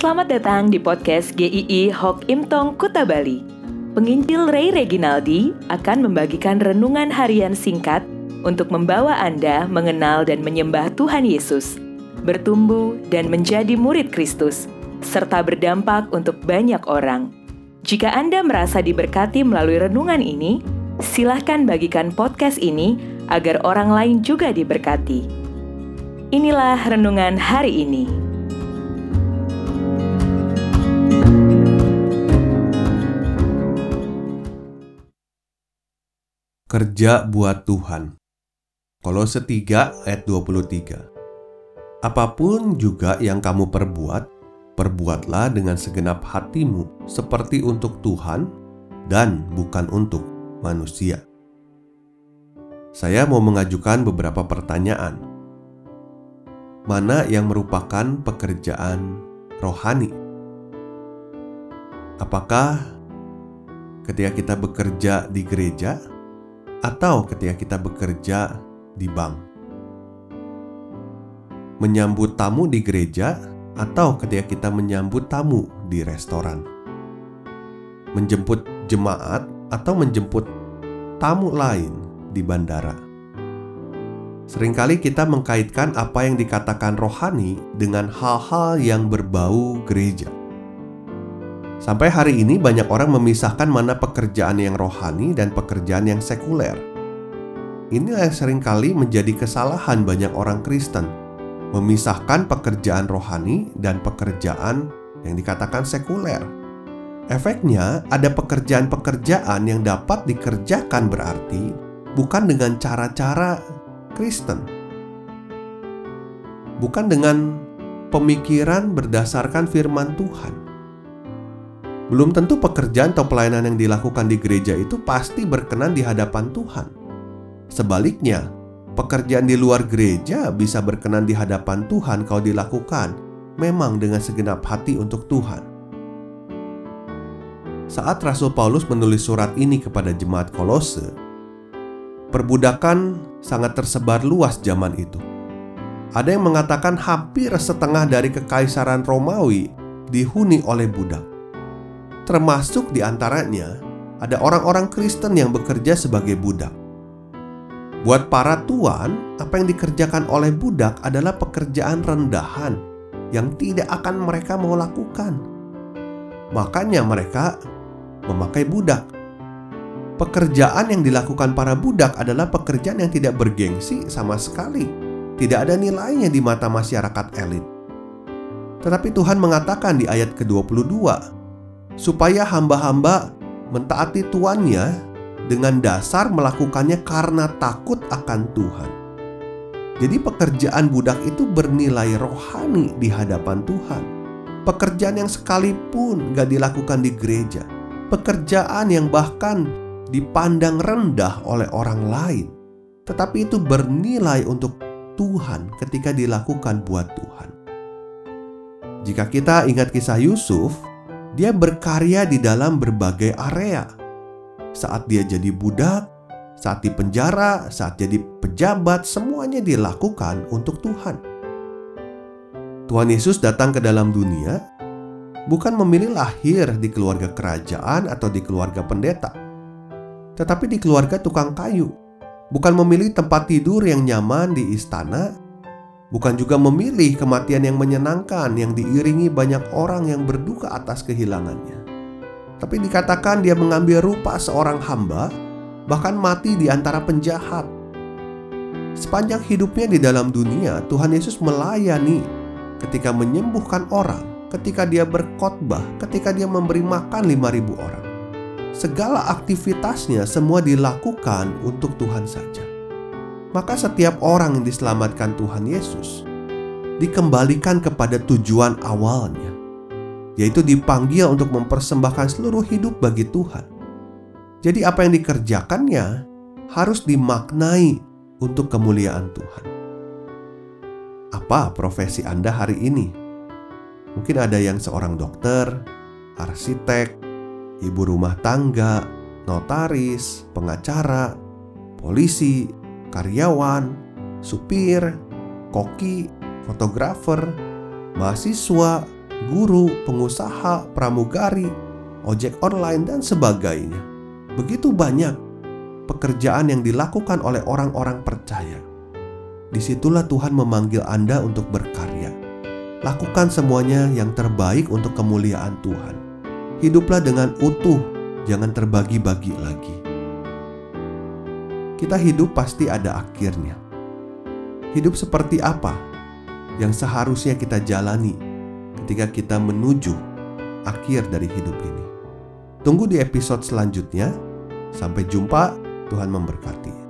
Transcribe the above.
Selamat datang di podcast GII Hok Im Tong Kuta Bali. Penginjil Ray Reginaldi akan membagikan renungan harian singkat untuk membawa Anda mengenal dan menyembah Tuhan Yesus, bertumbuh dan menjadi murid Kristus, serta berdampak untuk banyak orang. Jika Anda merasa diberkati melalui renungan ini, silahkan bagikan podcast ini agar orang lain juga diberkati. Inilah renungan hari ini. Kerja buat Tuhan. Kolose 3 ayat 23. Apapun juga yang kamu perbuat, perbuatlah dengan segenap hatimu seperti untuk Tuhan dan bukan untuk manusia. Saya mau mengajukan beberapa pertanyaan. Mana yang merupakan pekerjaan rohani? Apakah ketika kita bekerja di gereja atau ketika kita bekerja di bank? Menyambut tamu di gereja atau ketika kita menyambut tamu di restoran? Menjemput jemaat atau menjemput tamu lain di bandara? Seringkali kita mengkaitkan apa yang dikatakan rohani dengan hal-hal yang berbau gereja. Sampai hari ini banyak orang memisahkan mana pekerjaan yang rohani dan pekerjaan yang sekuler. Inilah yang seringkali menjadi kesalahan banyak orang Kristen, memisahkan pekerjaan rohani dan pekerjaan yang dikatakan sekuler. Efeknya, ada pekerjaan-pekerjaan yang dapat dikerjakan berarti bukan dengan cara-cara Kristen, bukan dengan pemikiran berdasarkan firman Tuhan. Belum tentu pekerjaan atau pelayanan yang dilakukan di gereja itu pasti berkenan di hadapan Tuhan. Sebaliknya, pekerjaan di luar gereja bisa berkenan di hadapan Tuhan kalau dilakukan memang dengan segenap hati untuk Tuhan. Saat Rasul Paulus menulis surat ini kepada jemaat Kolose, perbudakan sangat tersebar luas zaman itu. Ada yang mengatakan hampir setengah dari kekaisaran Romawi dihuni oleh budak. Termasuk di antaranya ada orang-orang Kristen yang bekerja sebagai budak. Buat para tuan, apa yang dikerjakan oleh budak adalah pekerjaan rendahan yang tidak akan mereka mau lakukan. Makanya mereka memakai budak. Pekerjaan yang dilakukan para budak adalah pekerjaan yang tidak bergengsi sama sekali. Tidak ada nilainya di mata masyarakat elit. Tetapi Tuhan mengatakan di ayat ke-22, supaya hamba-hamba mentaati tuannya dengan dasar melakukannya karena takut akan Tuhan. Jadi pekerjaan budak itu bernilai rohani di hadapan Tuhan. Pekerjaan yang sekalipun gak dilakukan di gereja, pekerjaan yang bahkan dipandang rendah oleh orang lain, tetapi itu bernilai untuk Tuhan ketika dilakukan buat Tuhan. Jika kita ingat kisah Yusuf, dia berkarya di dalam berbagai area. Saat dia jadi budak, saat di penjara, saat jadi pejabat, semuanya dilakukan untuk Tuhan. Tuhan Yesus datang ke dalam dunia bukan memilih lahir di keluarga kerajaan atau di keluarga pendeta, tetapi di keluarga tukang kayu. Bukan memilih tempat tidur yang nyaman di istana, bukan juga memilih kematian yang menyenangkan yang diiringi banyak orang yang berduka atas kehilangannya. Tapi dikatakan dia mengambil rupa seorang hamba, bahkan mati di antara penjahat. Sepanjang hidupnya di dalam dunia, Tuhan Yesus melayani ketika menyembuhkan orang, ketika dia berkhotbah, ketika dia memberi makan 5.000 orang. Segala aktivitasnya semua dilakukan untuk Tuhan saja. Maka setiap orang yang diselamatkan Tuhan Yesus dikembalikan kepada tujuan awalnya, yaitu dipanggil untuk mempersembahkan seluruh hidup bagi Tuhan. Jadi apa yang dikerjakannya harus dimaknai untuk kemuliaan Tuhan. Apa profesi Anda hari ini? Mungkin ada yang seorang dokter, arsitek, ibu rumah tangga, notaris, pengacara, polisi, karyawan, supir, koki, fotografer, mahasiswa, guru, pengusaha, pramugari, ojek online, dan sebagainya. Begitu banyak pekerjaan yang dilakukan oleh orang-orang percaya. Disitulah Tuhan memanggil Anda untuk berkarya. Lakukan semuanya yang terbaik untuk kemuliaan Tuhan. Hiduplah dengan utuh, jangan terbagi-bagi lagi. Kita hidup pasti ada akhirnya. Hidup seperti apa yang seharusnya kita jalani ketika kita menuju akhir dari hidup ini? Tunggu di episode selanjutnya. Sampai jumpa, Tuhan memberkati.